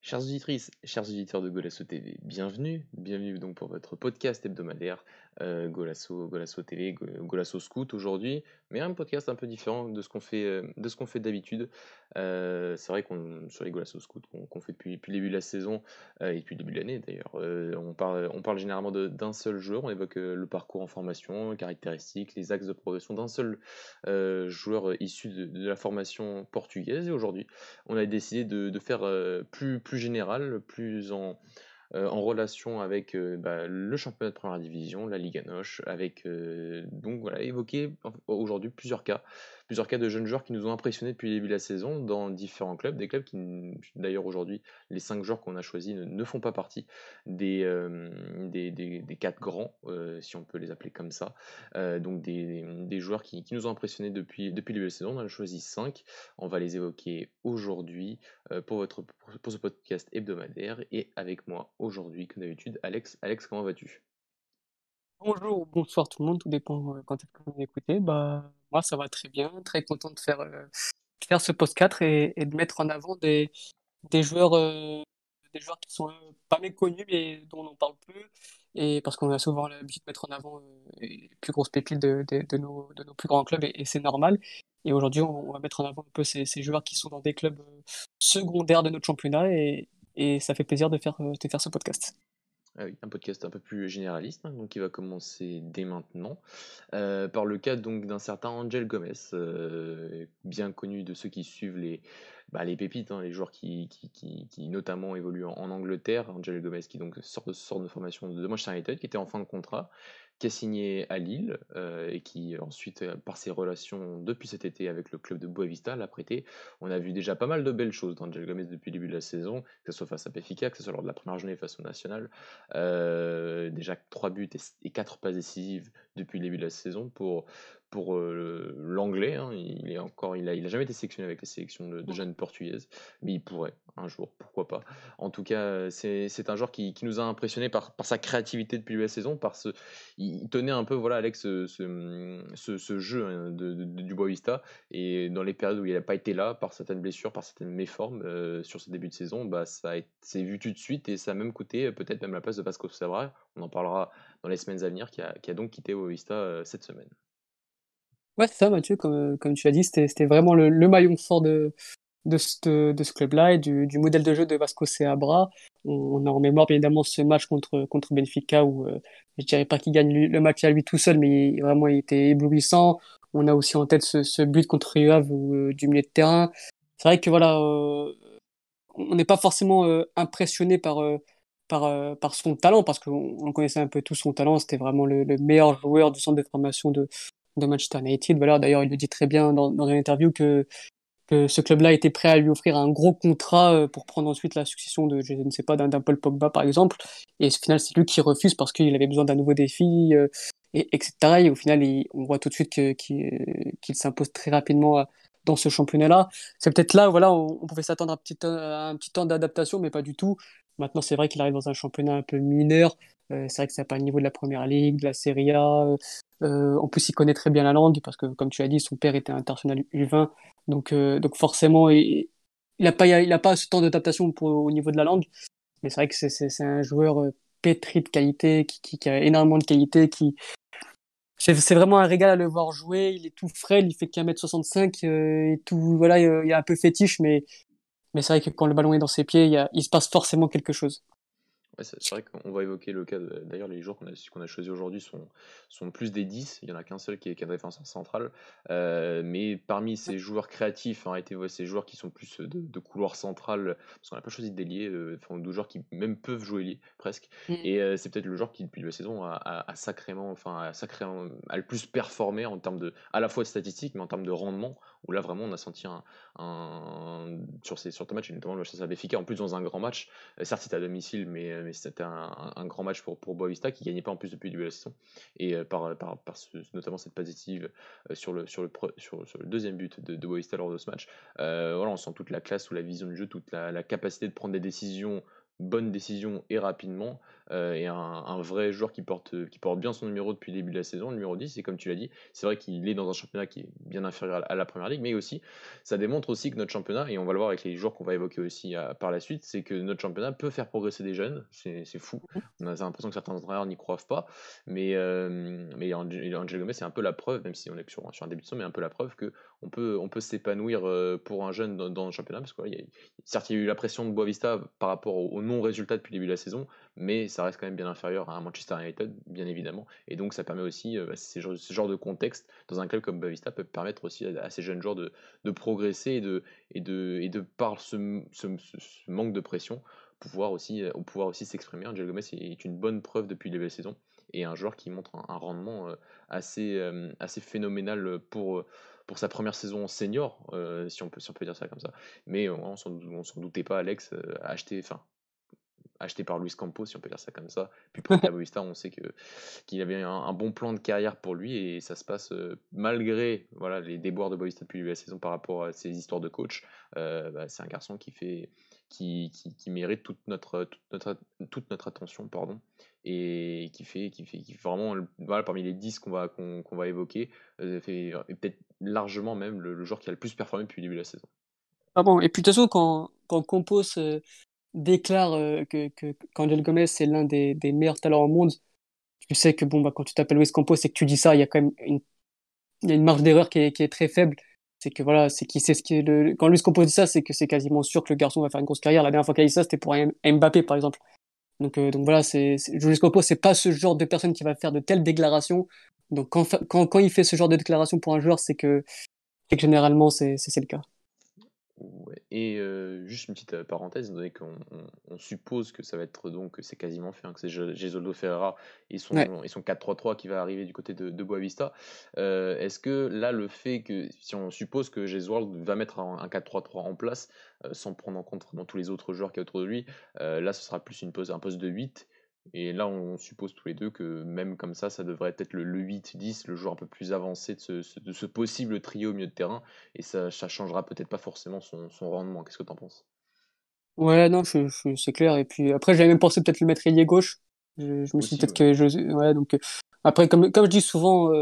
Chères auditrices, chers auditeurs de Golasso TV, bienvenue donc pour votre podcast hebdomadaire Golasso TV, Golasso Scout aujourd'hui, mais un podcast un peu différent de ce qu'on fait d'habitude. C'est vrai qu'on sur les Golasso Scout qu'on fait depuis le début de la saison et depuis le début de l'année d'ailleurs, on parle généralement d'un seul joueur, on évoque le parcours en formation, les caractéristiques, les axes de progression d'un seul joueur issu de la formation portugaise. Et aujourd'hui, on a décidé de faire plus général, plus en relation avec le championnat de première division, la Liga NOS, avec donc voilà, évoquer aujourd'hui plusieurs cas de jeunes joueurs qui nous ont impressionnés depuis le début de la saison dans différents clubs, des clubs qui d'ailleurs aujourd'hui, les 5 joueurs qu'on a choisis ne font pas partie des 4 grands, si on peut les appeler comme ça. Donc des joueurs qui nous ont impressionnés depuis le début de la saison, on en a choisi 5. On va les évoquer aujourd'hui pour ce podcast hebdomadaire. Et avec moi aujourd'hui, comme d'habitude, Alex. Alex, comment vas-tu? Bonjour ou bonsoir tout le monde, tout dépend quand est-ce que vous m'écoutez. Bah, moi, ça va très bien, très content de faire ce post 4 et de mettre en avant des joueurs, des joueurs qui sont pas méconnus mais dont on en parle peu. Et parce qu'on a souvent l'habitude de mettre en avant les plus grosses pépites de nos plus grands clubs et c'est normal. Et aujourd'hui, on va mettre en avant un peu ces joueurs qui sont dans des clubs secondaires de notre championnat et ça fait plaisir de faire ce podcast. Ah oui, un podcast un peu plus généraliste, hein, donc qui va commencer dès maintenant, par le cas donc d'un certain Angel Gomez, bien connu de ceux qui suivent les pépites, hein, les joueurs qui notamment évoluent en Angleterre. Angel Gomez qui donc sort de formation de Manchester United, qui était en fin de contrat, qui a signé à Lille, et qui ensuite, par ses relations depuis cet été avec le club de Boavista, l'a prêté. On a vu déjà pas mal de belles choses d'Angel Gomez depuis le début de la saison, que ce soit face à Benfica, que ce soit lors de la première journée face au National. Déjà 3 buts et 4 passes décisives depuis le début de la saison pour l'anglais, hein. Il a jamais été sélectionné avec les sélections de jeunes portugaises, mais il pourrait un jour, pourquoi pas. En tout cas, c'est un joueur qui nous a impressionné par sa créativité depuis la saison, il tenait un peu, voilà, Alex, ce jeu, hein, du Boavista. Et dans les périodes où il n'a pas été là, par certaines blessures, par certaines méformes sur ce début de saison, bah, c'est vu tout de suite et ça a même coûté peut-être même la place de Vasco Sabra. On en parlera dans les semaines à venir, qui a donc quitté Boavista cette semaine. Ouais, c'est ça, Mathieu, comme tu l'as dit, c'était vraiment le maillon fort de ce club-là et du modèle de jeu de Vasco Seabra. On a en mémoire, bien évidemment, ce match contre Benfica où je dirais pas qu'il gagne le match à lui tout seul, mais vraiment, il était éblouissant. On a aussi en tête ce but contre Rio Ave du milieu de terrain. C'est vrai que voilà, on n'est pas forcément impressionné par son talent, parce qu'on connaissait un peu tout son talent. C'était vraiment le meilleur joueur du centre de formation de Manchester United. Voilà, d'ailleurs, il le dit très bien dans une interview que ce club-là était prêt à lui offrir un gros contrat pour prendre ensuite la succession de, je ne sais pas, d'un Paul Pogba, par exemple. Et au final, c'est lui qui refuse parce qu'il avait besoin d'un nouveau défi, etc. Et au final, on voit tout de suite qu'il s'impose très rapidement dans ce championnat-là. C'est peut-être là, voilà, on pouvait s'attendre à un petit temps d'adaptation, mais pas du tout. Maintenant, c'est vrai qu'il arrive dans un championnat un peu mineur. C'est vrai que c'est pas le niveau de la Première Ligue, de la Serie A. En plus, il connaît très bien la langue parce que, comme tu as dit, son père était international U20. Donc forcément, il a pas ce temps d'adaptation au niveau de la langue. Mais c'est vrai que c'est un joueur pétri de qualité, qui a énormément de qualité. C'est vraiment un régal à le voir jouer. Il est tout frêle, il fait qu'1m65 et tout. Voilà, il est un peu fétiche, mais c'est vrai que quand le ballon est dans ses pieds, il se passe forcément quelque chose. Ouais, c'est vrai qu'on va évoquer le cas d'ailleurs, les joueurs qu'on a choisis aujourd'hui sont plus des 10. Il n'y en a qu'un seul qui est un défenseur central. Mais parmi ces joueurs créatifs, en réalité, ouais, ces joueurs qui sont plus de couloir central, parce qu'on n'a pas choisi de délier, enfin, de joueurs qui même peuvent jouer lié, presque. Et Mm. c'est peut-être le joueur qui, depuis la saison, a le plus performé en termes à la fois de statistiques, mais en termes de rendement, où là, vraiment, on a senti sur ce match, et notamment le chasse à Benfica, en plus dans un grand match. Certes, c'était à domicile, mais c'était un grand match pour Boavista qui gagnait pas en plus depuis le début de la saison. Et notamment cette passe décisive sur le deuxième but de Boavista lors de ce match. Voilà, on sent toute la classe ou la vision du jeu, toute la capacité de prendre des décisions, bonnes décisions et rapidement. et un vrai joueur qui porte bien son numéro depuis le début de la saison, le numéro 10. Et comme tu l'as dit, c'est vrai qu'il est dans un championnat qui est bien inférieur à la première ligue, mais aussi, ça démontre aussi que notre championnat, et on va le voir avec les joueurs qu'on va évoquer aussi par la suite, c'est que notre championnat peut faire progresser des jeunes. C'est fou. On a l'impression que certains entraîneurs n'y croient pas, mais Angel Gomez, c'est un peu la preuve, même si on est sur un début de saison, mais un peu la preuve que on peut s'épanouir pour un jeune dans le championnat, parce que voilà, certes, il y a eu la pression de Boavista par rapport au non-résultat depuis le début de la saison, mais ça reste quand même bien inférieur à un Manchester United, bien évidemment. Et donc, ça permet aussi, ce genre de contexte, dans un club comme Boavista, peut permettre aussi à ces jeunes joueurs de progresser et de par ce manque de pression, pouvoir aussi s'exprimer. Angel Gomez est une bonne preuve depuis le début de la saison et un joueur qui montre un rendement assez phénoménal pour sa première saison senior, si on peut dire ça comme ça. Mais on s'en doutait pas, Alex, acheté par Luis Campos, si on peut dire ça comme ça, puis prêté à Boavista, on sait qu'il avait un bon plan de carrière pour lui et ça se passe malgré voilà, les déboires de Boavista depuis la saison par rapport à ses histoires de coach. C'est un garçon qui mérite toute notre attention, pardon, et qui fait vraiment, voilà, parmi les 10 qu'on va évoquer, et peut-être largement même le joueur qui a le plus performé depuis le début de la saison. Ah bon, et puis de toute façon, quand Campos déclare qu'Angel Gomez est l'un des meilleurs talents au monde, tu sais que bon, bah, quand tu t'appelles Luis Campos et que tu dis ça, il y a quand même il y a une marge d'erreur qui est très faible. C'est que voilà, c'est qu'il sait ce qui est quand Luis Campos dit ça, c'est que c'est quasiment sûr que le garçon va faire une grosse carrière. La dernière fois qu'il a dit ça, c'était pour un Mbappé, par exemple. Donc voilà, Luis Campos, c'est pas ce genre de personne qui va faire de telles déclarations. Donc quand il fait ce genre de déclaration pour un joueur, c'est que généralement, c'est le cas. Ouais. Et juste une petite parenthèse, étant donné qu'on suppose que ça va être donc, que c'est quasiment fait, hein, que c'est Gesualdo Ferreira Ouais. et son 4-3-3 qui va arriver du côté de Boavista. Est-ce que là, le fait que, si on suppose que Gesualdo va mettre un 4-3-3 en place, sans prendre en compte dans tous les autres joueurs qui y a autour de lui, là, ce sera plus un poste de 8. Et là, on suppose tous les deux que même comme ça devrait être le 8-10, le joueur un peu plus avancé de ce possible trio au milieu de terrain et ça changera peut-être pas forcément son rendement. Qu'est-ce que tu en penses? Ouais, non, c'est clair. Et puis après, j'avais même pensé peut-être le mettre ailier gauche. Je me suis dit Aussi, peut-être ouais. que ouais, donc après, comme je dis souvent,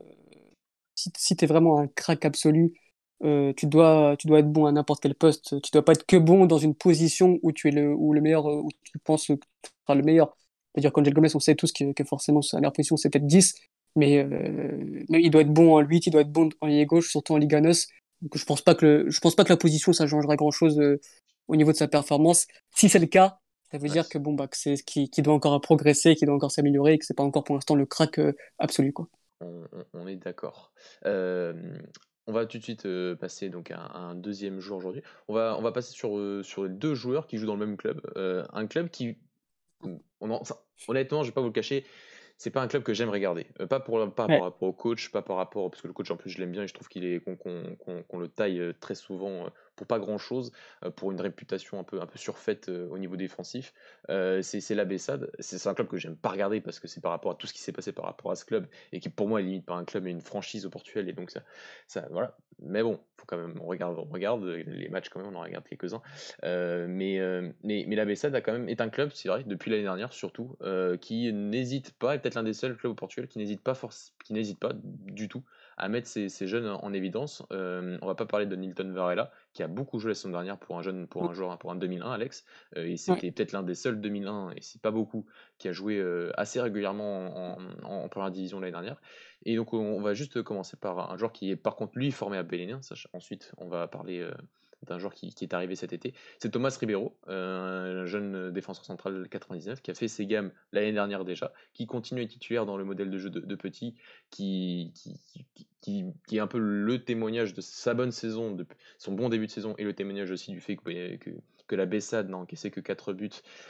si t'es vraiment un crack absolu, tu dois être bon à n'importe quel poste. Tu dois pas être que bon dans une position où le meilleur, où tu penses que tu seras le meilleur. C'est-à-dire qu'Angel Gomez, on sait tous que forcément sa meilleure position c'est peut-être 10, mais il doit être bon en 8, il doit être bon en ligne gauche, surtout en Liga NOS. Donc je pense pas que la position ça changera grand-chose au niveau de sa performance. Si c'est le cas, ça veut Ouais, dire que bon bah que c'est qu'il doit encore progresser, qu'il doit encore s'améliorer, et que c'est pas encore pour l'instant le crack absolu quoi. on est d'accord. Euh, on va tout de suite passer donc à un deuxième joueur aujourd'hui. On va passer sur les deux joueurs qui jouent dans le même club. Un club qui, honnêtement, je vais pas vous le cacher, c'est pas un club que j'aime regarder. Pas par Ouais. rapport au coach, pas par rapport. Parce que le coach, en plus, je l'aime bien et je trouve qu'on le taille très souvent pour pas grand chose, pour une réputation un peu surfaite au niveau défensif. C'est la Bessade. C'est un club que j'aime pas regarder parce que c'est par rapport à tout ce qui s'est passé par rapport à ce club et qui, pour moi, est limite pas un club mais une franchise au Portugal. Et donc, voilà. Mais bon, faut quand même, on regarde les matchs quand même, on en regarde quelques-uns. Mais la Bessade est un club, c'est vrai, depuis l'année dernière surtout, qui n'hésite pas, est peut-être l'un des seuls clubs au Portugal qui n'hésite pas du tout à mettre ses jeunes en évidence. On va pas parler de Nilton Varela, qui a beaucoup joué la saison dernière pour un joueur, pour un 2001, Alex, et Ouais. c'était peut-être l'un des seuls 2001, et c'est pas beaucoup, qui a joué assez régulièrement en première division l'année dernière. Et donc on va juste commencer par un joueur qui est par contre lui formé à Belenien. Ensuite, on va parler d'un joueur qui est arrivé cet été. C'est Thomas Ribeiro, un jeune défenseur central 99 qui a fait ses gammes l'année dernière déjà, qui continue à être titulaire dans le modèle de jeu de Petit, qui est un peu le témoignage de sa bonne saison, de son bon début de saison, et le témoignage aussi du fait que la Bessade n'a encaissé que 4 buts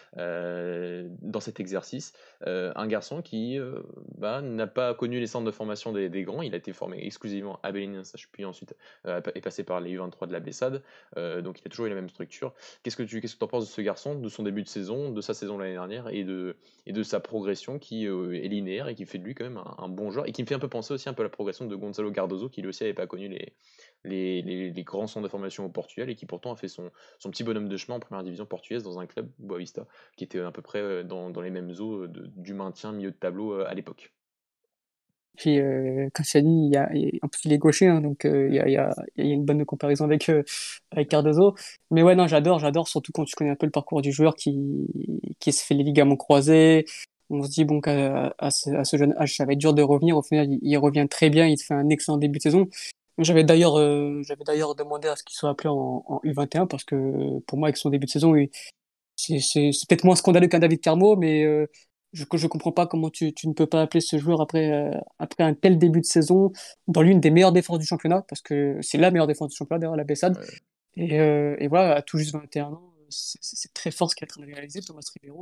dans cet exercice. Un garçon qui n'a pas connu les centres de formation des grands, il a été formé exclusivement à Belenenses, puis ensuite est passé par les U23 de la Bessade, donc il a toujours eu la même structure. Qu'est-ce que tu en penses de ce garçon, de son début de saison, de sa saison l'année dernière et de sa progression qui est linéaire et qui fait de lui quand même un bon joueur et qui me fait un peu penser aussi un peu à la progression de Gonzalo Cardozo qui lui aussi n'avait pas connu les grands centres de formation au Portugal et qui pourtant a fait son petit bonhomme de chemin en première division portugaise dans un club, Boavista, qui était à peu près dans les mêmes eaux du maintien milieu de tableau à l'époque. Puis, comme tu as dit, en plus, il est gaucher, hein, donc il y a une bonne comparaison avec Cardozo. Mais ouais, non, j'adore, surtout quand tu connais un peu le parcours du joueur qui se fait les ligaments croisés. On se dit, bon, à ce jeune âge, ça va être dur de revenir. Au final, il revient très bien, il te fait un excellent début de saison. J'avais d'ailleurs demandé à ce qu'il soit appelé en U21 parce que pour moi, avec son début de saison, c'est peut-être moins scandaleux qu'un David Carmo, mais je comprends pas comment tu ne peux pas appeler ce joueur après un tel début de saison dans l'une des meilleures défenses du championnat, parce que c'est la meilleure défense du championnat, d'ailleurs, la Bessade. Ouais. Et voilà, à tout juste 21 ans, c'est très fort ce qu'il est en train de réaliser, Thomas Ribeiro.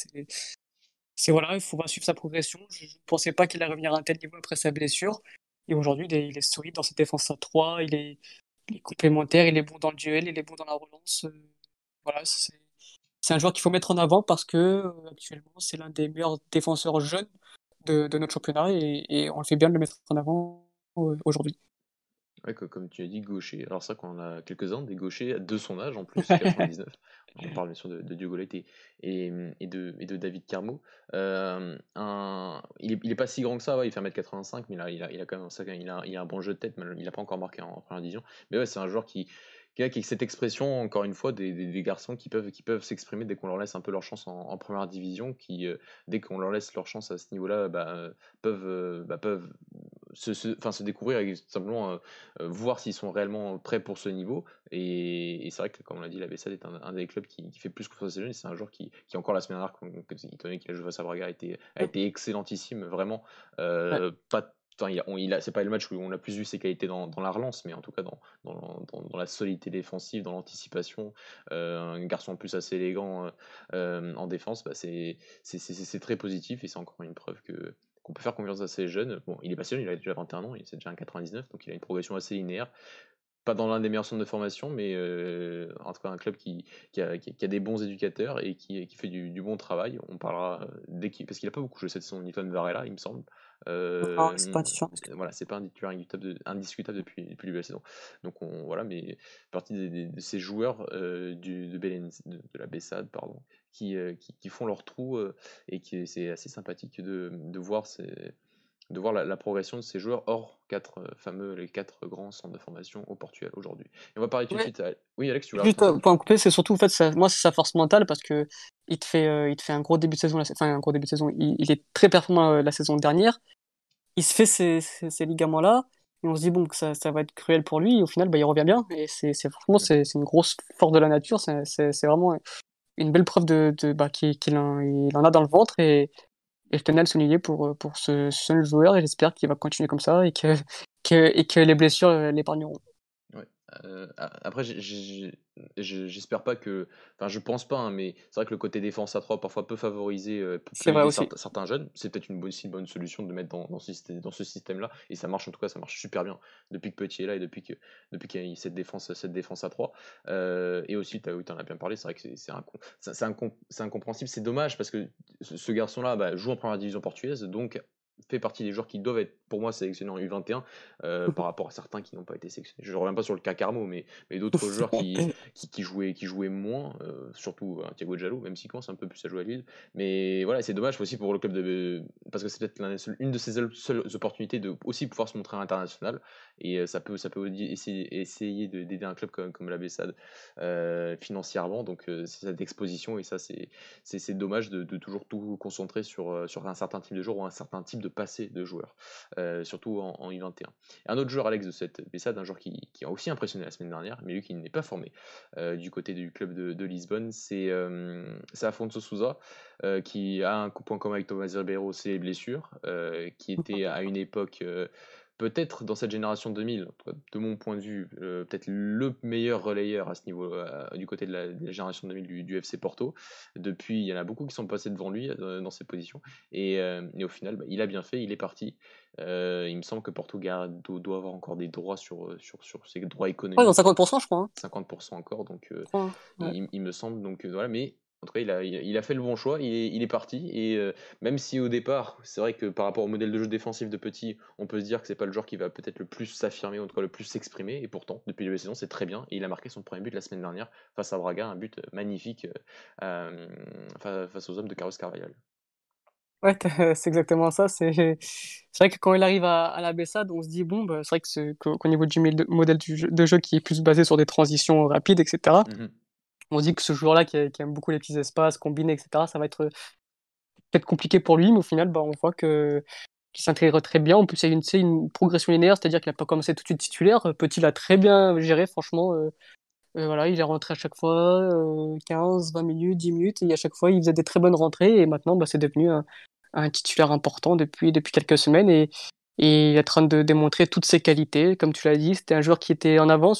Voilà, il faudra suivre sa progression. Je ne pensais pas qu'il allait revenir à un tel niveau après sa blessure. Et aujourd'hui, il est solide dans cette défense à 3, il est complémentaire, il est bon dans le duel, il est bon dans la relance. Voilà, c'est un joueur qu'il faut mettre en avant parce que actuellement, c'est l'un des meilleurs défenseurs jeunes de notre championnat et on le fait bien de le mettre en avant aujourd'hui. Ouais, comme tu as dit, gaucher. Alors ça, qu'on a quelques-uns, des gauchers de son âge en plus, 99. On parle bien sûr de Diogo Leite et de David Carmo. Il est pas si grand que ça, ouais, il fait 1m85, mais il a quand même il a un bon jeu de tête, mais il n'a pas encore marqué en première division. Mais ouais, c'est un joueur qui a cette expression, encore une fois, des garçons qui peuvent s'exprimer dès qu'on leur laisse un peu leur chance en première division, dès qu'on leur laisse leur chance à ce niveau-là, peuvent enfin, se découvrir et simplement voir s'ils sont réellement prêts pour ce niveau. Et c'est vrai que, comme on l'a dit, la Bessade est un des clubs qui fait plus confiance à ses jeunes. C'est un joueur qui encore la semaine dernière, étant donné qu'il a joué face à Braga, a été excellentissime, vraiment. Ouais. Pas, enfin, c'est pas le match où on a plus vu ses qualités dans la relance, mais en tout cas dans la solidité défensive, dans l'anticipation. Un garçon en plus assez élégant en défense, c'est très positif et c'est encore une preuve qu'on peut faire confiance à ces jeunes. Bon, il est passionné, il a déjà 21 ans, c'est déjà un 99, donc il a une progression assez linéaire. Pas dans l'un des meilleurs centres de formation, mais en tout cas un club qui a des bons éducateurs et qui fait du bon travail. On parlera parce qu'il n'a pas beaucoup joué cette saison, Nilton Varela, il me semble. Non, c'est pas Euh, différent. voilà, c'est pas un titulaire indiscutable depuis le début de la saison. Donc voilà, mais partie de ces joueurs de la Bessade, pardon, qui font leur trou et c'est assez sympathique de voir la progression de ces joueurs hors les quatre grands centres de formation au Portugal aujourd'hui. Et on va parler tout de Ouais. suite. Oui, Alex, tu voulais Juste rajouter un truc? pour en couper, c'est surtout en fait moi c'est sa force mentale parce que il te fait un gros début de saison, enfin un gros début de saison. Il est très performant la saison dernière. Il se fait ces ligaments-là et on se dit bon que ça va être cruel pour lui. Et au final, bah, il revient bien et franchement c'est une grosse force de la nature. C'est vraiment une belle preuve qu'il en a dans le ventre et je tenais à le souligner pour ce seul joueur et j'espère qu'il va continuer comme ça et que les blessures l'épargneront. Ouais. Après, j'espère pas que. Enfin, je pense pas, hein, mais c'est vrai que le côté défense à 3 parfois C'est peut vrai aider aussi. certains jeunes. C'est peut-être aussi une bonne solution de le mettre dans ce système-là. Et ça marche, en tout cas, ça marche super bien depuis que Petit est là et depuis qu'il y a cette défense à 3. Et aussi, oui, tu en as bien parlé, c'est vrai que c'est incompréhensible. C'est dommage parce que ce garçon-là joue en première division portugaise, donc fait partie des joueurs qui doivent être, pour moi, sélectionnés en U21 par rapport à certains qui n'ont pas été sélectionnés. Je ne reviens pas sur le cas Carmo, mais d'autres joueurs qui jouaient moins, surtout Thiago Diallo, même s'il commence un peu plus à jouer à Lille. Mais voilà, c'est dommage aussi pour le club parce que c'est peut-être une de ses seules opportunités de aussi pouvoir se montrer à l'international. Et ça peut essayer d'aider un club comme la Bessade financièrement. Donc c'est cette exposition et ça, c'est dommage de toujours tout concentrer sur un certain type de joueur ou un certain type de passé de joueur, surtout en U21. Un autre joueur, Alex, de cette Bessade, un joueur qui a aussi impressionné la semaine dernière, mais lui qui n'est pas formé du côté du club de Lisbonne, c'est Afonso Sousa, qui a un point commun avec Thomas Ribeiro, c'est les blessures, qui était à une époque peut-être dans cette génération 2000, de mon point de vue, peut-être le meilleur relayeur à ce niveau, du côté de la génération 2000 du FC Porto. Depuis, il y en a beaucoup qui sont passés devant lui dans ces positions. Et au final, il a bien fait, il est parti. Il me semble que Porto doit avoir encore des droits sur ses droits Ouais, dans économiques, 50%, je crois, hein. 50% encore, donc Je crois, hein. Ouais. il me semble. Donc voilà, mais En tout cas, il a fait le bon choix, il est parti. Et même si au départ, c'est vrai que par rapport au modèle de jeu défensif de Petit, on peut se dire que c'est pas le joueur qui va peut-être le plus s'affirmer, en tout cas le plus s'exprimer. Et pourtant, depuis le début de la saison, c'est très bien. Et il a marqué son premier but la semaine dernière face à Braga, un but magnifique face aux hommes de Carlos Carvalhal. Ouais, c'est exactement ça. C'est vrai que quand il arrive à la Bessade, on se dit, bon, bah, c'est vrai que qu'au niveau du modèle de jeu qui est plus basé sur des transitions rapides, etc., Mhm. on se dit que ce joueur-là qui aime beaucoup les petits espaces, combiner, etc., ça va être peut-être compliqué pour lui, mais au final, bah, on voit qu'il s'intègre très bien. En plus, il y a une progression linéaire, c'est-à-dire qu'il n'a pas commencé tout de suite titulaire. Petit l'a très bien géré, franchement. Voilà, il est rentré à chaque fois 15, 20 minutes, 10 minutes, et à chaque fois, il faisait des très bonnes rentrées, et maintenant, bah, c'est devenu un titulaire important depuis quelques semaines, et il est en train de démontrer toutes ses qualités. Comme tu l'as dit, c'était un joueur qui était en avance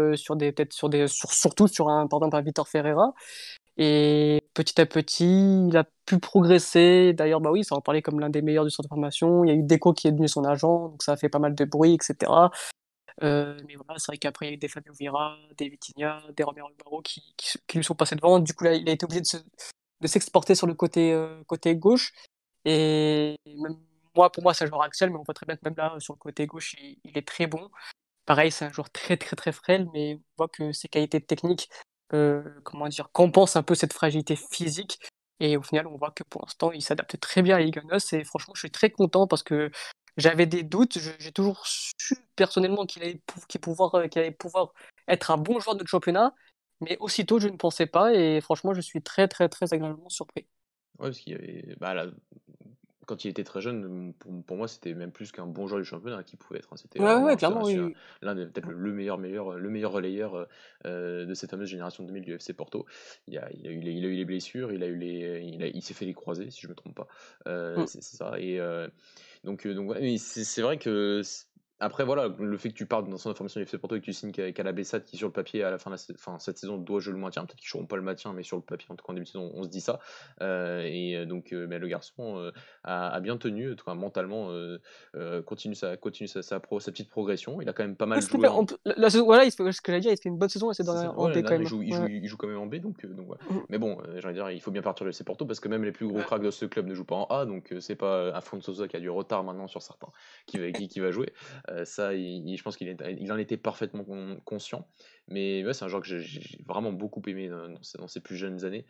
surtout sur par exemple, un Vitor Ferreira, et petit à petit, il a pu progresser. D'ailleurs, bah oui, ça en parlait comme l'un des meilleurs du centre de formation. Il y a eu Deco qui est devenu son agent, donc ça a fait pas mal de bruit, etc. Mais voilà, c'est vrai qu'après, il y a eu des Fabio Vieira, des Vitinha, des Romero Barro qui lui sont passés devant. Du coup, là, il a été obligé de s'exporter sur le côté gauche. Et même pour moi, c'est un joueur axial, mais on voit très bien que même là, sur le côté gauche, il est très bon. Pareil, c'est un joueur très, très, très frêle, mais on voit que ses qualités techniques, comment dire, compensent un peu cette fragilité physique. Et au final, on voit que pour l'instant, il s'adapte très bien à Ligue 1. Et franchement, je suis très content parce que j'avais des doutes. J'ai toujours su personnellement qu'il allait pouvoir être un bon joueur de notre championnat. Mais aussitôt, je ne pensais pas. Et franchement, je suis très, très, très agréablement surpris. Ouais, parce qu'il y avait, bah, quand il était très jeune, pour moi, c'était même plus qu'un bon joueur du championnat qui pouvait être, hein. C'était Ouais, vraiment ouais, clairement, oui. l'un des peut-être le meilleur relayeur de cette fameuse génération 2000 du FC Porto. Il a eu les blessures, il s'est fait les croisés, si je me trompe pas. Mm. C'est ça. Et donc ouais, mais c'est vrai que après voilà, le fait que tu partes dans son information du FC Porto et que tu signes qu'à la Bessade qui sur le papier à la fin de cette saison doit jouer le maintien, peut-être qu'ils joueront pas le maintien, mais sur le papier en tout cas en début de saison on se dit ça. Donc mais le garçon a bien tenu, en tout cas mentalement, continue sa petite progression. Il a quand même pas Ouais, mal c'était joué bien. en. Voilà, ce que j'allais dire, il fait une bonne saison et c'est C'est ça, en ouais, B l'année quand dernière, même. Ouais. il joue quand même en B, donc voilà. Mm. Mais bon, j'ai envie de dire, il faut bien partir de laisser Porto parce que même les plus gros cracks de ce club ne jouent pas en A, donc c'est pas Afonso Sousa qui a du retard maintenant sur certains qui va jouer. Ça, je pense il en était parfaitement conscient. Mais ouais, c'est un joueur que j'ai vraiment beaucoup aimé dans ses plus jeunes années.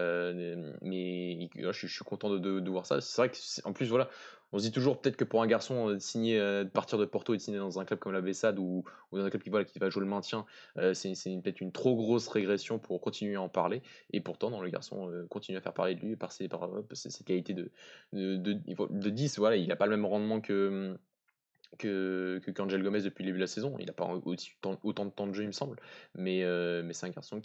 Mais je suis content de voir ça. C'est vrai que, en plus, voilà, on se dit toujours peut-être que pour un garçon, de partir de Porto et de signer dans un club comme la Bessade ou dans un club qui va jouer le maintien, peut-être une trop grosse régression pour continuer à en parler. Et pourtant, dans le garçon continue à faire parler de lui ses qualités de 10. Voilà, il n'a pas le même rendement qu'Angel Gomez depuis le début de la saison. Il n'a pas autant de temps de jeu, il me semble. Mais c'est un garçon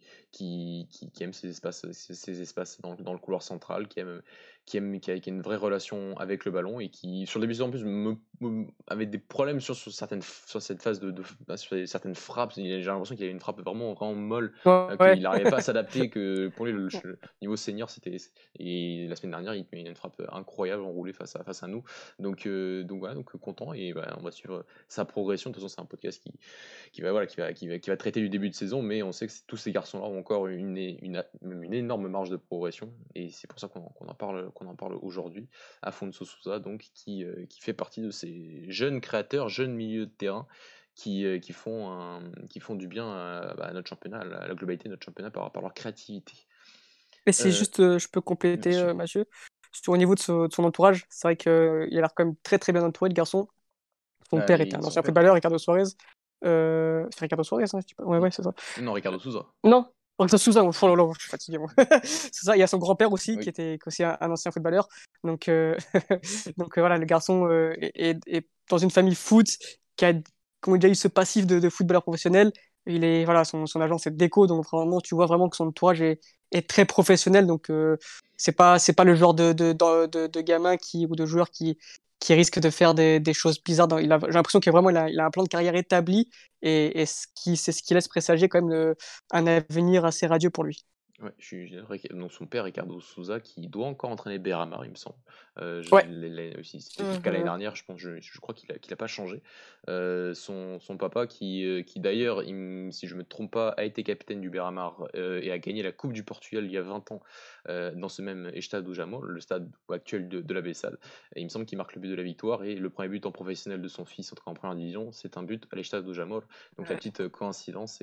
qui aime ses espaces dans le couloir central, qui a une vraie relation avec le ballon et qui, sur le début de saison, en plus, avait des problèmes sur cette phase sur certaines frappes. J'ai l'impression qu'il avait une frappe vraiment, vraiment molle, Ouais. qu'il n'arrivait pas à s'adapter, que pour lui, le niveau senior, c'était. Et la semaine dernière, il met une frappe incroyable enroulée face à nous. Donc voilà, content et bah, on va suivre sa progression. De toute façon, c'est un podcast qui va traiter du début de saison, mais on sait que tous ces garçons-là ont encore même une énorme marge de progression et c'est pour ça qu'on en parle aujourd'hui. Afonso Sousa, donc, qui fait partie de ces jeunes créateurs, jeunes milieux de terrain qui font du bien à notre championnat, à la globalité de notre championnat par leur créativité. Et c'est juste, je peux Bien compléter, sûr. Mathieu. Au niveau de son entourage, c'est vrai qu'il a l'air quand même très très bien entouré, le garçon. Son père était un Son ancien père. footballeur, Ricardo Suarez. C'est Ricardo Suarez, hein, je dis pas. Ouais, ouais, c'est ça. Non, Ricardo Souza. Non, Ricardo Souza, oh là là, je suis fatigué, moi. C'est ça, il y a son grand-père aussi, Oui. qui est aussi un ancien footballeur. Donc, voilà, le garçon est dans une famille foot qui a déjà eu ce passif de footballeur professionnel. Voilà, son agent, c'est Deco, donc vraiment, tu vois vraiment que son entourage est très professionnel. Donc, c'est pas le genre de gamin ou de joueur qui risque de faire des choses bizarres. J'ai l'impression qu'il a un plan de carrière établi et c'est ce qui laisse présager quand même un avenir assez radieux pour lui. Ouais, donc son père Ricardo Souza qui doit encore entraîner Beira-Mar, il me semble. Ouais. Aussi, c'était le cas l'année Mhm. dernière, je pense, je crois qu'il a pas changé. Son papa qui d'ailleurs, si je me trompe pas, a été capitaine du Beira-Mar et a gagné la Coupe du Portugal il y a 20 ans dans ce même Estado do Jamor, le stade actuel de la Bessade. Et il me semble qu'il marque le but de la victoire et le premier but en professionnel de son fils, en tout cas en première division, c'est un but à l'Estado do Jamor. Donc la Ouais. petite coïncidence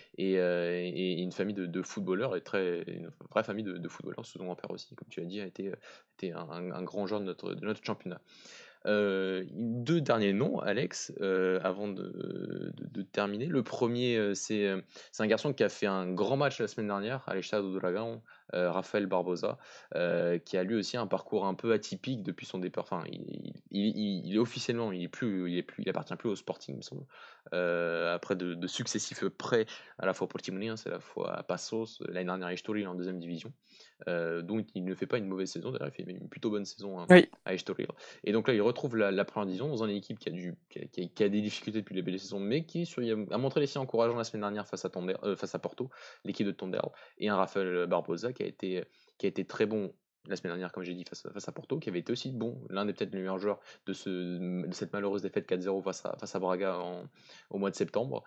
et une famille de footballeurs, une vraie famille de footballeurs. Son grand-père aussi, comme tu as dit, été un grand joueur de notre championnat. Deux derniers noms, Alex, avant de terminer. Le premier, c'est un garçon qui a fait un grand match la semaine dernière à l'Estado do Dragão, Rafael Barbosa, qui a lui aussi un parcours un peu atypique depuis son départ. Enfin, il est officiellement, il appartient plus au Sporting, il me semble. Après de successifs prêts à la fois au Portimonense, à la fois à Passos, l'année dernière à Estoril en deuxième division. Donc il ne fait pas une mauvaise saison, d'ailleurs il fait une plutôt bonne saison hein, Oui. à Estoril. Et donc là, il retrouve la première division dans une équipe qui a des difficultés depuis le début de la saison, mais a montré les signes encourageants la semaine dernière face à Porto, l'équipe de Tondela, et un Rafael Barbosa qui a été très bon la semaine dernière, comme j'ai dit, face à Porto, qui avait été aussi bon, l'un des peut-être les meilleurs joueurs de cette malheureuse défaite 4-0 face à Braga au mois de septembre.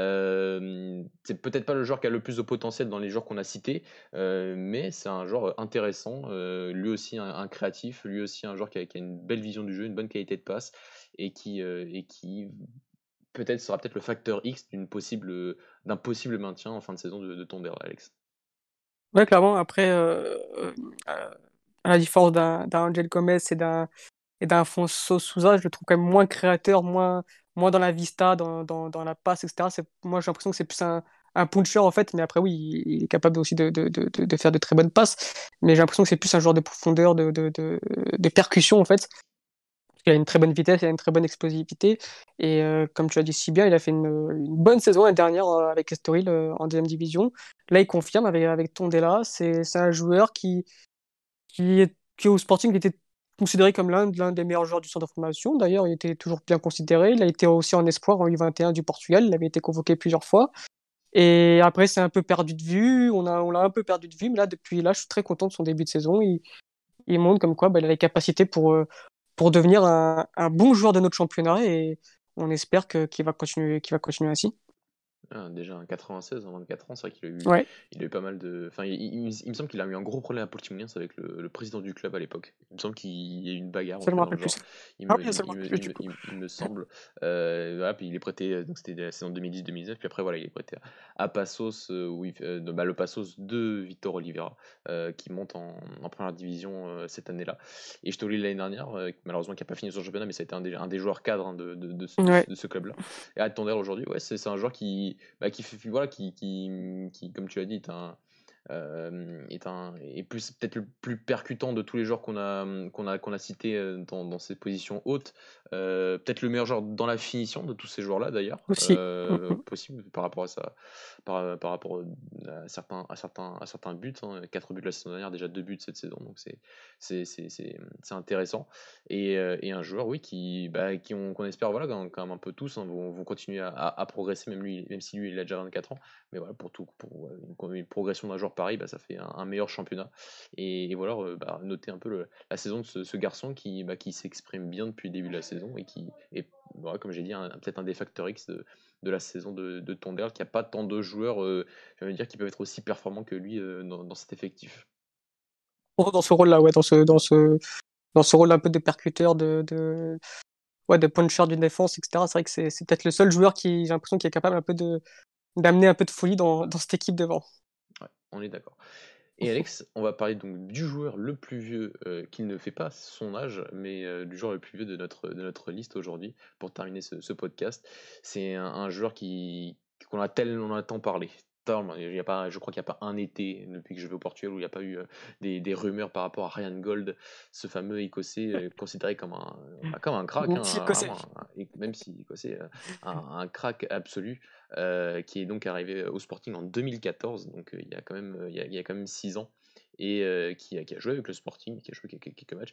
C'est peut-être pas le joueur qui a le plus de potentiel dans les joueurs qu'on a cités, mais c'est un joueur intéressant, lui aussi un créatif, lui aussi un joueur qui a une belle vision du jeu, une bonne qualité de passe et qui peut-être sera peut-être le facteur X d'un possible maintien en fin de saison de Tondela, Alex. Ouais, clairement. Après, à la différence d'un Angel Gomez et d'un Afonso Souza, je le trouve quand même moins créateur, moins dans la vista, dans la passe, etc. Moi, j'ai l'impression que c'est plus un puncher, en fait. Mais après, oui, il est capable aussi de faire de très bonnes passes. Mais j'ai l'impression que c'est plus un joueur de profondeur, de percussion, en fait. Il a une très bonne vitesse, il a une très bonne explosivité. Et comme tu as dit si bien, il a fait une bonne saison l'année dernière avec Estoril en deuxième division. Là, il confirme avec Tondela. C'est un joueur qui au Sporting il était considéré comme l'un des meilleurs joueurs du centre de formation. D'ailleurs, il était toujours bien considéré. Il a été aussi en espoir en U21 du Portugal. Il avait été convoqué plusieurs fois. Et après, c'est un peu perdu de vue. On l'a un peu perdu de vue. Mais là, depuis là, je suis très content de son début de saison. Il montre comme quoi bah, il a les capacités pour devenir un bon joueur de notre championnat. Et on espère qu'il va continuer ainsi. Ah, déjà un 96 en 24 ans, c'est vrai Ouais, il a eu pas mal de. Enfin, il me semble qu'il a eu un gros problème à Portimonense avec le président du club à l'époque. Il me semble qu'il y a eu une bagarre, en ça tout je me cas dans le rappelle genre. plus. Ah oui, ça Il, je me il rappelle me, plus il du me, coup. il me semble. Voilà, puis il est prêté, donc c'était la saison 2010-2019, puis après voilà, il est prêté à Passos, le Passos de Victor Oliveira, qui monte en première division cette année-là. Et je te lis l'année dernière, malheureusement qui n'a pas fini son championnat, mais ça a été un des joueurs cadres hein, Ouais. de ce club-là. Et à Tondela aujourd'hui, ouais, c'est un joueur qui fait, voilà, qui, comme tu l'as dit, est plus peut-être le plus percutant de tous les joueurs qu'on a cités dans ces positions hautes. Peut-être le meilleur joueur dans la finition de tous ces joueurs-là d'ailleurs, Aussi. possible par rapport à ça, par rapport à certains buts. 4 buts la saison dernière, déjà 2 buts cette saison, donc c'est intéressant. Et un joueur, oui, qu'on espère, voilà, quand même un peu tous, hein, vont continuer à progresser, même si lui, il a déjà 24 ans. Mais voilà, pour une progression d'un joueur pareil, bah, ça fait un meilleur championnat. Et voilà, noter un peu la saison de ce garçon qui s'exprime bien depuis le début de la saison et qui est, voilà, comme j'ai dit, peut-être un des facteurs X de la saison de Tondela, qui a pas tant de joueurs, je veux dire, qui peuvent être aussi performants que lui dans cet effectif. Dans ce rôle-là, ouais, dans ce rôle un peu de percuteur, ouais, de puncher d'une défense, etc. C'est vrai que c'est peut-être le seul joueur j'ai l'impression, qui est capable un peu d'amener un peu de folie dans cette équipe devant. Ouais, on est d'accord. Et Alex, on va parler donc du joueur le plus vieux, qui ne fait pas son âge, mais du joueur le plus vieux de notre liste aujourd'hui, pour terminer ce podcast. C'est un joueur on en a tant parlé. Tellement, je crois qu'il n'y a pas un été depuis que je vais au Portugal où il n'y a pas eu des rumeurs par rapport à Ryan Gold, ce fameux Écossais considéré comme un crack, Mmh, si, hein, Cossé. vraiment, même si Écossais, un crack absolu qui est donc arrivé au Sporting en 2014, donc il y a quand même 6 ans. et qui a joué avec le Sporting, qui a joué quelques matchs,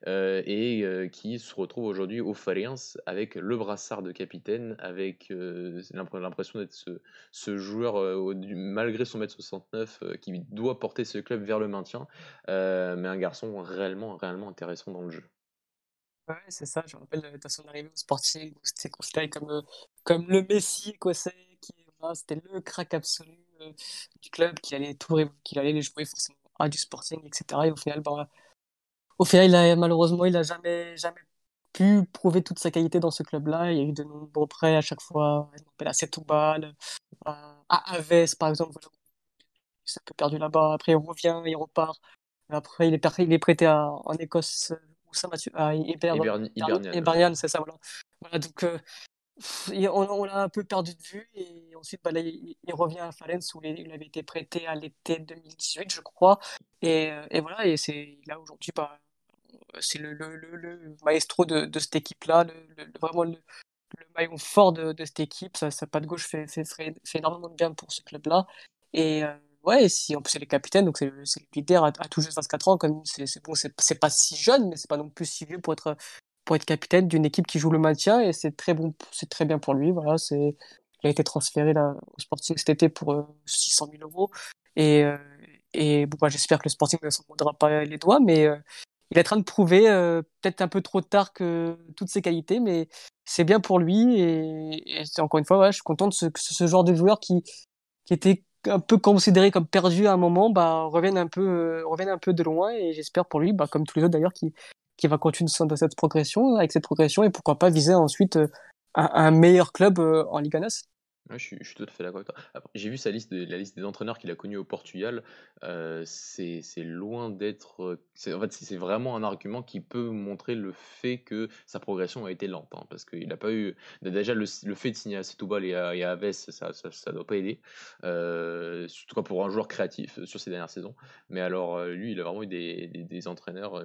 qui se retrouve aujourd'hui au Farense avec le brassard de capitaine, avec l'impression d'être ce joueur, malgré son mètre 69, qui doit porter ce club vers le maintien, mais un garçon réellement, réellement intéressant dans le jeu. Ouais, c'est ça, je me rappelle de son arrivée au Sporting, où c'était considéré comme le Messi écossais, voilà, c'était le crack absolu du club, qu'il allait les jouer forcément à du Sporting, etc. Et au final malheureusement, il a jamais pu prouver toute sa qualité dans ce club-là. Il y a eu de nombreux prêts à chaque fois, je me rappelle à Setúbal, à Aves, par exemple, voilà, il s'est un peu perdu là-bas. Après, il revient, il repart. Après, il est prêté en Écosse, où ça, Mathieu? À Hibernian, ouais. Hibernian, c'est ça, voilà. Voilà, donc, on l'a un peu perdu de vue. Et ensuite, bah, là, il revient à Valence, où il avait été prêté à l'été 2018, je crois. Et voilà, et là, aujourd'hui, bah, c'est le maestro de cette équipe-là, vraiment le maillon fort de cette équipe. Sa patte gauche fait énormément de bien pour ce club-là. Et ouais, et si en plus elle est capitaine, donc c'est le leader à tout juste 24 ans, comme c'est bon, c'est pas si jeune, mais c'est pas non plus si vieux pour être capitaine d'une équipe qui joue le maintien. Et c'est très bon, c'est très bien pour lui. Voilà, il a été transféré là, au Sporting cet été pour 600 000 euros. Et, euh, et bon, bah, j'espère que le Sporting ne s'en mordra pas les doigts, mais il est en train de prouver, peut-être un peu trop tard, que toutes ses qualités, mais c'est bien pour lui. Et encore une fois, ouais, je suis content que ce genre de joueur qui était un peu considéré comme perdu à un moment, bah, revienne un peu de loin. Et j'espère pour lui, bah, comme tous les autres d'ailleurs, qui va continuer dans cette progression, avec cette progression, et pourquoi pas viser ensuite un meilleur club en Liga NOS. Ouais, je suis tout à fait d'accord avec toi. Après, j'ai vu la liste des entraîneurs qu'il a connus au Portugal. C'est loin d'être. En fait, c'est vraiment un argument qui peut montrer le fait que sa progression a été lente, hein, parce qu'il n'a pas eu. Déjà, le fait de signer à Setúbal et à Aves, ça doit pas aider. Surtout pour un joueur créatif sur ces dernières saisons. Mais alors, lui, il a vraiment eu des entraîneurs.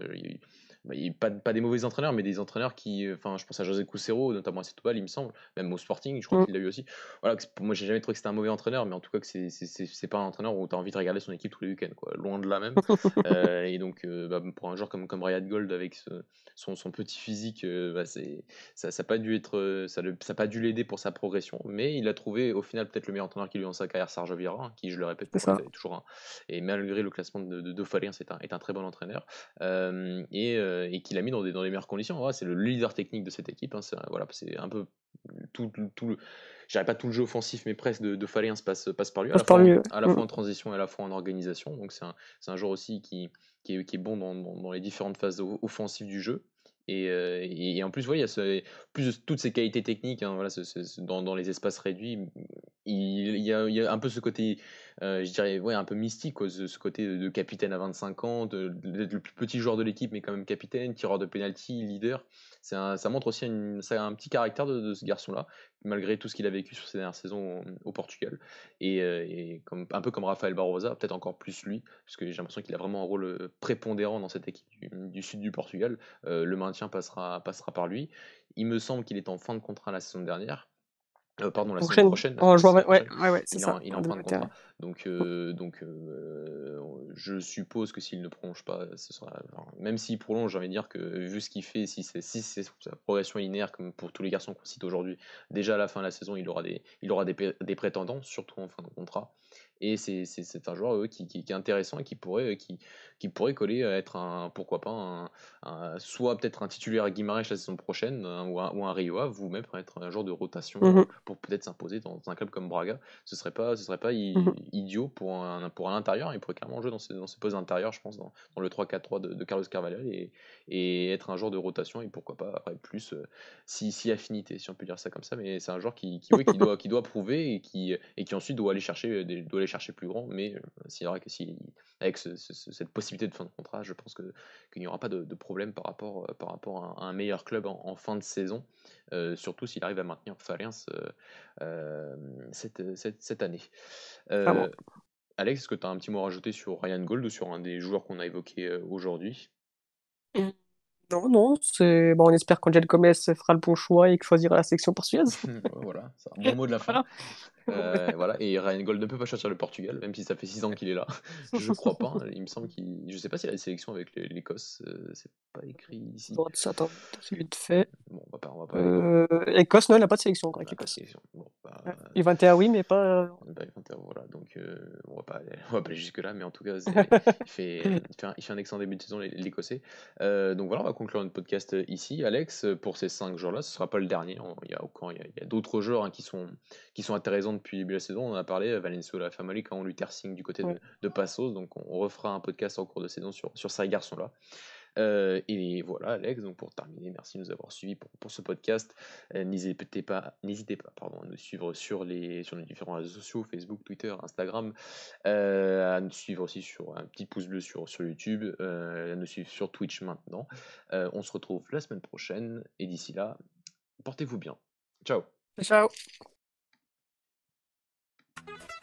Pas des mauvais entraîneurs, mais des entraîneurs qui. Enfin, je pense à José Couceiro, notamment à Setúbal, il me semble. Même au Sporting, je crois Mm. qu'il l'a eu aussi. Voilà, pour moi, j'ai jamais trouvé que c'était un mauvais entraîneur, mais en tout cas que c'est pas un entraîneur où tu as envie de regarder son équipe tous les week-ends, quoi. Loin de là même. Et donc, pour un joueur comme Ryan Gold avec son petit physique, ça n'a pas dû être, ça a pas dû l'aider pour sa progression, mais il a trouvé au final peut-être le meilleur entraîneur qu'il a eu dans sa carrière, Sergio Vieira, hein, qui, je le répète, C'est pour moi ça. est toujours et malgré le classement de Fabien, est un très bon entraîneur, et qu'il a mis dans les meilleures conditions. Voilà, c'est le leader technique de cette équipe, hein, voilà, c'est un peu tout, je dirais pas tout le jeu offensif, mais presque de Fallien passe par lui, Passe par lui. Ouais. à la Mm. fois en transition et à la fois en organisation. Donc c'est un joueur aussi qui est bon dans les différentes phases offensives du jeu. Et en plus, ouais, il y a plus de toutes ces qualités techniques, hein, voilà, dans les espaces réduits, il y a un peu ce côté, je dirais, ouais, un peu mystique, quoi, ce côté de capitaine à 25 ans, d'être le plus petit joueur de l'équipe, mais quand même capitaine, tireur de penalty, leader. Ça montre aussi un petit caractère de ce garçon-là, malgré tout ce qu'il a vécu sur ces dernières saisons au Portugal. Et un peu comme Rafael Barrosa, peut-être encore plus lui, parce que j'ai l'impression qu'il a vraiment un rôle prépondérant dans cette équipe du sud du Portugal. Le maintien passera par lui. Il me semble qu'il est en fin de contrat la saison dernière. Pardon, la saison Prochaine, prochaine, en la juin, saison ouais, prochaine, ouais, ouais, c'est il est ça, il est en en fin de contrat. Angleterre. Je suppose que s'il ne prolonge pas, même s'il prolonge, j'ai envie de dire que vu ce qu'il fait, si c'est sa progression linéaire comme pour tous les garçons qu'on cite aujourd'hui, déjà à la fin de la saison, des prétendants, surtout en fin de contrat. Et c'est un joueur qui est intéressant et qui pourrait coller à être pourquoi pas soit peut-être un titulaire à Guimarães la saison prochaine, hein, ou un Rio Ave, ou même être un joueur de rotation, Mhm, pour peut-être s'imposer dans un club comme Braga. Ce serait pas mhm, idiot pour un intérieur. Il pourrait clairement jouer dans ces postes d'intérieur, je pense, dans le 3-4-3 de Carlos Carvalhal, et être un joueur de rotation, et pourquoi pas après plus, si affinité, si on peut dire ça comme ça. Mais c'est un joueur ouais, qui doit prouver, et qui ensuite doit aller chercher plus grand. Mais c'est vrai que avec cette possibilité de fin de contrat, je pense qu'il n'y aura pas de problème par rapport à un meilleur club en fin de saison, surtout s'il arrive à maintenir Farense cette année. clairement. Euh, Alex, est-ce que tu as un petit mot à rajouter sur Ryan Gold ou sur un des joueurs qu'on a évoqué aujourd'hui? Mm. Non, non, bon, on espère qu'Angel Gomez fera le bon choix et que choisira la section portugaise. Voilà, c'est un bon mot de la fin. Voilà. Voilà, et Ryan Gold ne peut pas choisir le Portugal, même si ça fait 6 ans qu'il est là. Je crois pas, hein, il me semble qu'il. Je sais pas s'il a des sélections avec l'Écosse, c'est pas écrit ici. Attends, c'est vite fait. Bon, on va pas aller. Écosse, non, il n'a pas de sélection encore On avec n'a pas de l'Écosse. sélection. Bon, bah, Ouais. U21, oui, mais pas. bah, voilà, donc on va pas aller jusque-là, mais en tout cas, il fait un excellent début de saison, l'Écossais. Donc voilà, on va conclure notre podcast ici. Alex, pour ces 5 jours-là, ce ne sera pas le dernier. Il y a d'autres joueurs, hein, qui sont intéressants depuis le début de la saison. On en a parlé, Valenzuela, Famali, quand Luther Singh du côté Ouais. de Passos. Donc on refera un podcast en cours de saison sur ces garçons-là. Et voilà, Alex, donc pour terminer, merci de nous avoir suivis pour ce podcast. N'hésitez pas, pardon, à nous suivre sur nos différents réseaux sociaux, Facebook, Twitter, Instagram, à nous suivre aussi sur un petit pouce bleu sur YouTube, à nous suivre sur Twitch maintenant. On se retrouve la semaine prochaine, et d'ici là, portez-vous bien. Ciao. Ciao.